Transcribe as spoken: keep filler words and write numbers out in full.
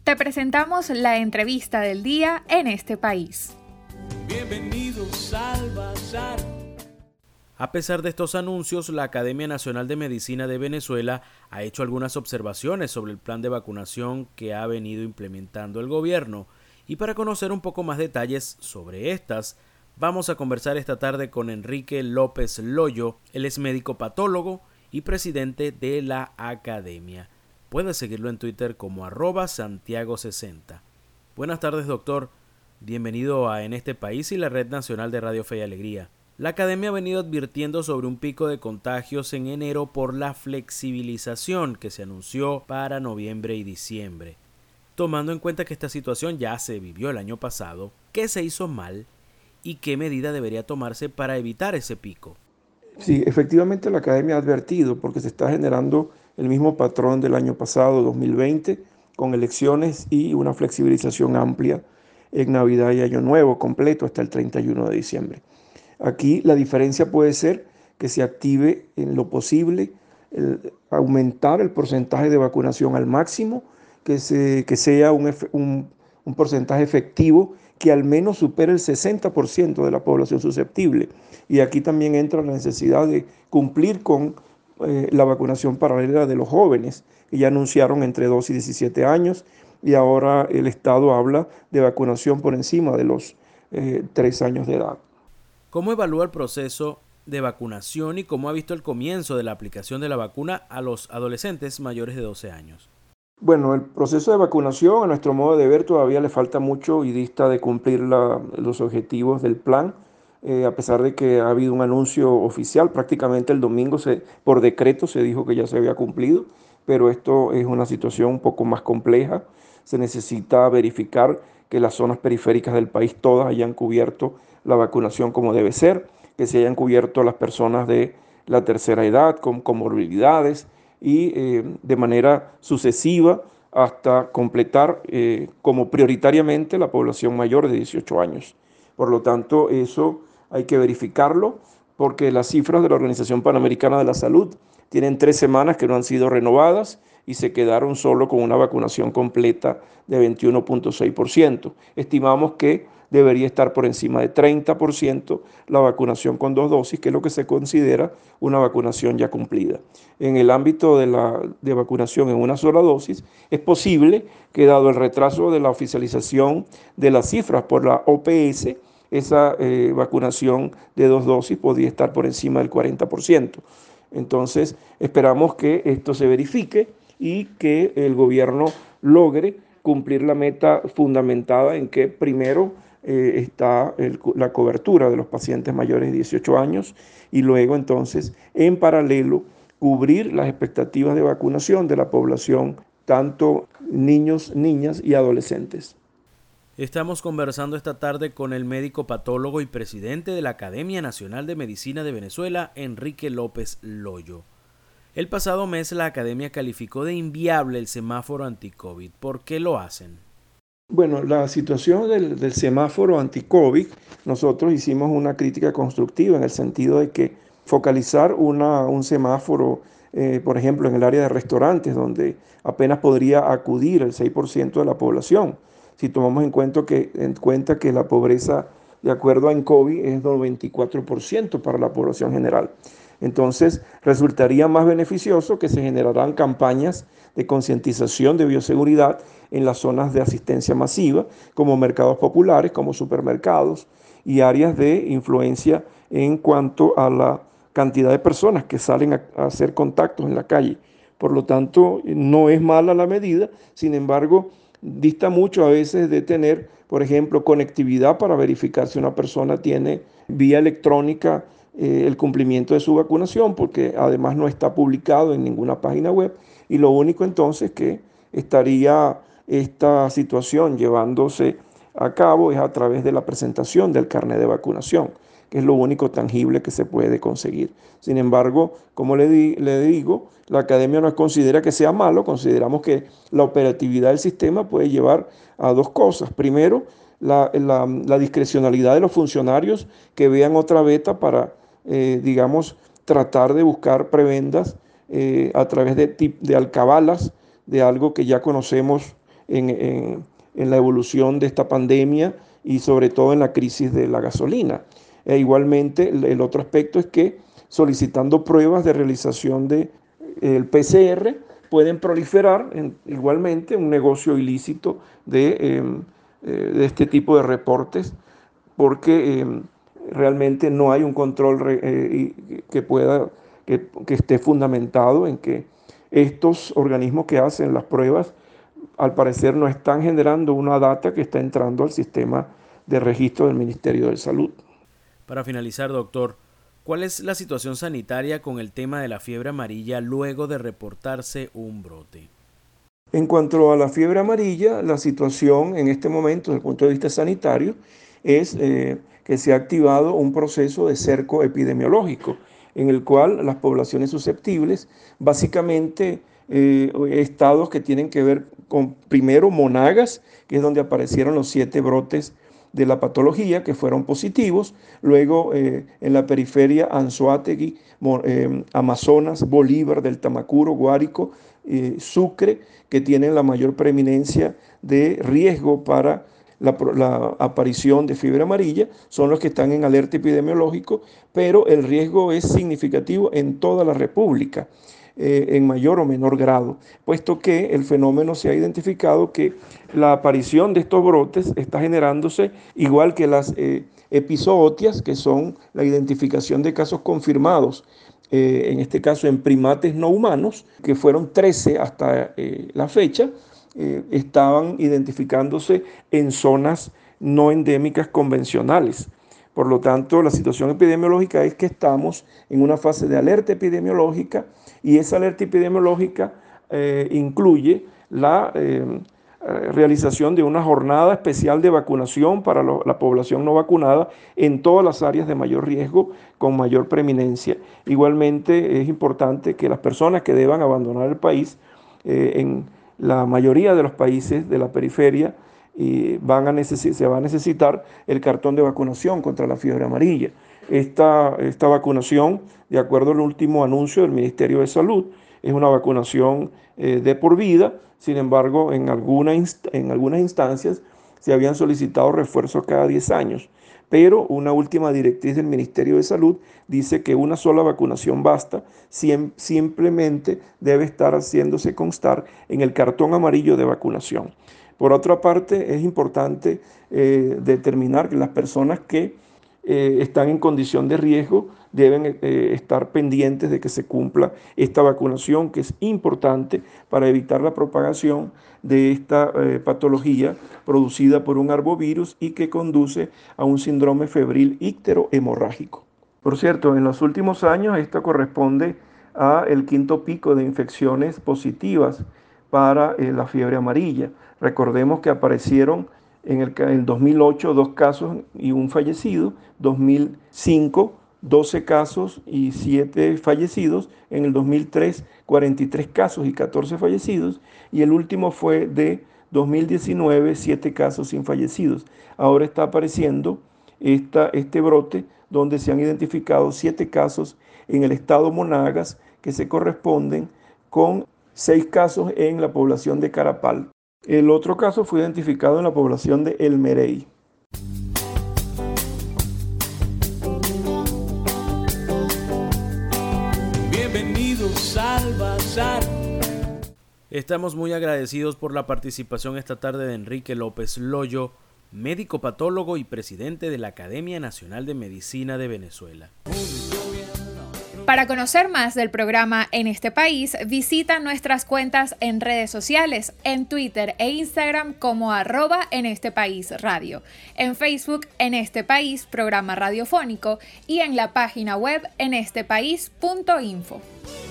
Te presentamos la entrevista del día en este país. Bienvenidos al Bazar. A pesar de estos anuncios, la Academia Nacional de Medicina de Venezuela ha hecho algunas observaciones sobre el plan de vacunación que ha venido implementando el gobierno. Y para conocer un poco más detalles sobre estas, vamos a conversar esta tarde con Enrique López Loyo. Él es médico patólogo y presidente de la Academia. Puedes seguirlo en Twitter como arroba Santiago sesenta. Buenas tardes, doctor. Bienvenido a En este país y la Red Nacional de Radio Fe y Alegría. La Academia ha venido advirtiendo sobre un pico de contagios en enero por la flexibilización que se anunció para noviembre y diciembre. Tomando en cuenta que esta situación ya se vivió el año pasado, ¿qué se hizo mal y qué medida debería tomarse para evitar ese pico? Sí, efectivamente la Academia ha advertido porque se está generando el mismo patrón del año pasado, dos mil veinte, con elecciones y una flexibilización amplia en Navidad y Año Nuevo, completo hasta el treinta y uno de diciembre. Aquí la diferencia puede ser que se active en lo posible el, aumentar el porcentaje de vacunación al máximo, que, se, que sea un, un, un porcentaje efectivo que al menos supere el sesenta por ciento de la población susceptible. Y aquí también entra la necesidad de cumplir con eh, la vacunación paralela de los jóvenes, que ya anunciaron entre dos y diecisiete años, y ahora el Estado habla de vacunación por encima de los eh, tres años de edad. ¿Cómo evalúa el proceso de vacunación y cómo ha visto el comienzo de la aplicación de la vacuna a los adolescentes mayores de doce años? Bueno, el proceso de vacunación, a nuestro modo de ver, todavía le falta mucho y dista de cumplir la, los objetivos del plan, eh, a pesar de que ha habido un anuncio oficial. Prácticamente el domingo se, por decreto se dijo que ya se había cumplido, pero esto es una situación un poco más compleja. Se necesita verificar que las zonas periféricas del país todas hayan cubierto la vacunación como debe ser, que se hayan cubierto las personas de la tercera edad con comorbilidades, y eh, de manera sucesiva hasta completar eh, como prioritariamente la población mayor de dieciocho años. Por lo tanto, eso hay que verificarlo porque las cifras de la Organización Panamericana de la Salud tienen tres semanas que no han sido renovadas y se quedaron solo con una vacunación completa de veintiuno punto seis por ciento. Estimamos que debería estar por encima de treinta por ciento la vacunación con dos dosis, que es lo que se considera una vacunación ya cumplida. En el ámbito de la de vacunación en una sola dosis, es posible que dado el retraso de la oficialización de las cifras por la O P S, esa eh, vacunación de dos dosis podría estar por encima del cuarenta por ciento. Entonces, esperamos que esto se verifique y que el gobierno logre cumplir la meta fundamentada en que primero eh, está el, la cobertura de los pacientes mayores de dieciocho años y luego entonces en paralelo cubrir las expectativas de vacunación de la población, tanto niños, niñas y adolescentes. Estamos conversando esta tarde con el médico patólogo y presidente de la Academia Nacional de Medicina de Venezuela, Enrique López Loyo. El pasado mes la Academia calificó de inviable el semáforo anti-COVID. ¿Por qué lo hacen? Bueno, la situación del, del semáforo anti-COVID, nosotros hicimos una crítica constructiva en el sentido de que focalizar una, un semáforo, eh, por ejemplo, en el área de restaurantes, donde apenas podría acudir el seis por ciento de la población, si tomamos en cuenta que, en cuenta que la pobreza, de acuerdo a ENCOVI, es noventa y cuatro por ciento para la población general. Entonces, resultaría más beneficioso que se generaran campañas de concientización de bioseguridad en las zonas de asistencia masiva, como mercados populares, como supermercados y áreas de influencia en cuanto a la cantidad de personas que salen a, a hacer contactos en la calle. Por lo tanto, no es mala la medida, sin embargo, dista mucho a veces de tener, por ejemplo, conectividad para verificar si una persona tiene vía electrónica eh, el cumplimiento de su vacunación, porque además no está publicado en ninguna página web, y lo único entonces que estaría esta situación llevándose a cabo es a través de la presentación del carnet de vacunación, que es lo único tangible que se puede conseguir. Sin embargo, como le, di, le digo, la Academia no considera que sea malo, consideramos que la operatividad del sistema puede llevar a dos cosas. Primero, la, la, la discrecionalidad de los funcionarios que vean otra beta para, eh, digamos, tratar de buscar prebendas eh, a través de, de alcabalas, de algo que ya conocemos en, en, en la evolución de esta pandemia y sobre todo en la crisis de la gasolina. E igualmente, el otro aspecto es que solicitando pruebas de realización del de, P C R pueden proliferar en, igualmente un negocio ilícito de, eh, de este tipo de reportes, porque eh, realmente no hay un control re, eh, que pueda, que, que esté fundamentado en que estos organismos que hacen las pruebas al parecer no están generando una data que está entrando al sistema de registro del Ministerio de Salud. Para finalizar, doctor, ¿cuál es la situación sanitaria con el tema de la fiebre amarilla luego de reportarse un brote? En cuanto a la fiebre amarilla, la situación en este momento, desde el punto de vista sanitario, es eh, que se ha activado un proceso de cerco epidemiológico, en el cual las poblaciones susceptibles, básicamente eh, estados que tienen que ver con, primero, Monagas, que es donde aparecieron los siete brotes de la patología que fueron positivos, luego eh, en la periferia Anzoátegui, eh, Amazonas, Bolívar, del Tamacuro, Guárico, eh, Sucre, que tienen la mayor preeminencia de riesgo para la, la aparición de fiebre amarilla, son los que están en alerta epidemiológico, pero el riesgo es significativo en toda la República, eh, en mayor o menor grado, puesto que el fenómeno se ha identificado que la aparición de estos brotes está generándose igual que las eh, epizootias, que son la identificación de casos confirmados, eh, en este caso en primates no humanos, que fueron trece hasta eh, la fecha, eh, estaban identificándose en zonas no endémicas convencionales. Por lo tanto, la situación epidemiológica es que estamos en una fase de alerta epidemiológica y esa alerta epidemiológica eh, incluye la eh, realización de una jornada especial de vacunación para lo, la población no vacunada en todas las áreas de mayor riesgo con mayor preeminencia. Igualmente es importante que las personas que deban abandonar el país, eh, en la mayoría de los países de la periferia, y van a necesi- se va a necesitar el cartón de vacunación contra la fiebre amarilla. Esta, esta vacunación, de acuerdo al último anuncio del Ministerio de Salud, es una vacunación eh, de por vida. Sin embargo, en, alguna inst- en algunas instancias se habían solicitado refuerzos cada diez años, pero una última directriz del Ministerio de Salud dice que una sola vacunación basta, sim- simplemente debe estar haciéndose constar en el cartón amarillo de vacunación. Por otra parte, es importante eh, determinar que las personas que eh, están en condición de riesgo deben eh, estar pendientes de que se cumpla esta vacunación, que es importante para evitar la propagación de esta eh, patología producida por un arbovirus y que conduce a un síndrome febril icterohemorrágico. Por cierto, en los últimos años esto corresponde al quinto pico de infecciones positivas para eh, la fiebre amarilla. Recordemos que aparecieron en el, en el dos mil ocho dos casos y un fallecido, dos mil cinco doce casos y siete fallecidos, en el dos mil tres cuarenta y tres casos y catorce fallecidos, y el último fue de dos mil diecinueve, siete casos sin fallecidos. Ahora está apareciendo esta, este brote donde se han identificado siete casos en el estado Monagas que se corresponden con seis casos en la población de Carapal. El otro caso fue identificado en la población de El Merey. Bienvenidos al Bazar. Estamos muy agradecidos por la participación esta tarde de Enrique López Loyo, médico patólogo y presidente de la Academia Nacional de Medicina de Venezuela. Para conocer más del programa En este País, visita nuestras cuentas en redes sociales, en Twitter e Instagram como arroba en este país radio, en Facebook En este País programa radiofónico y en la página web en este país punto info.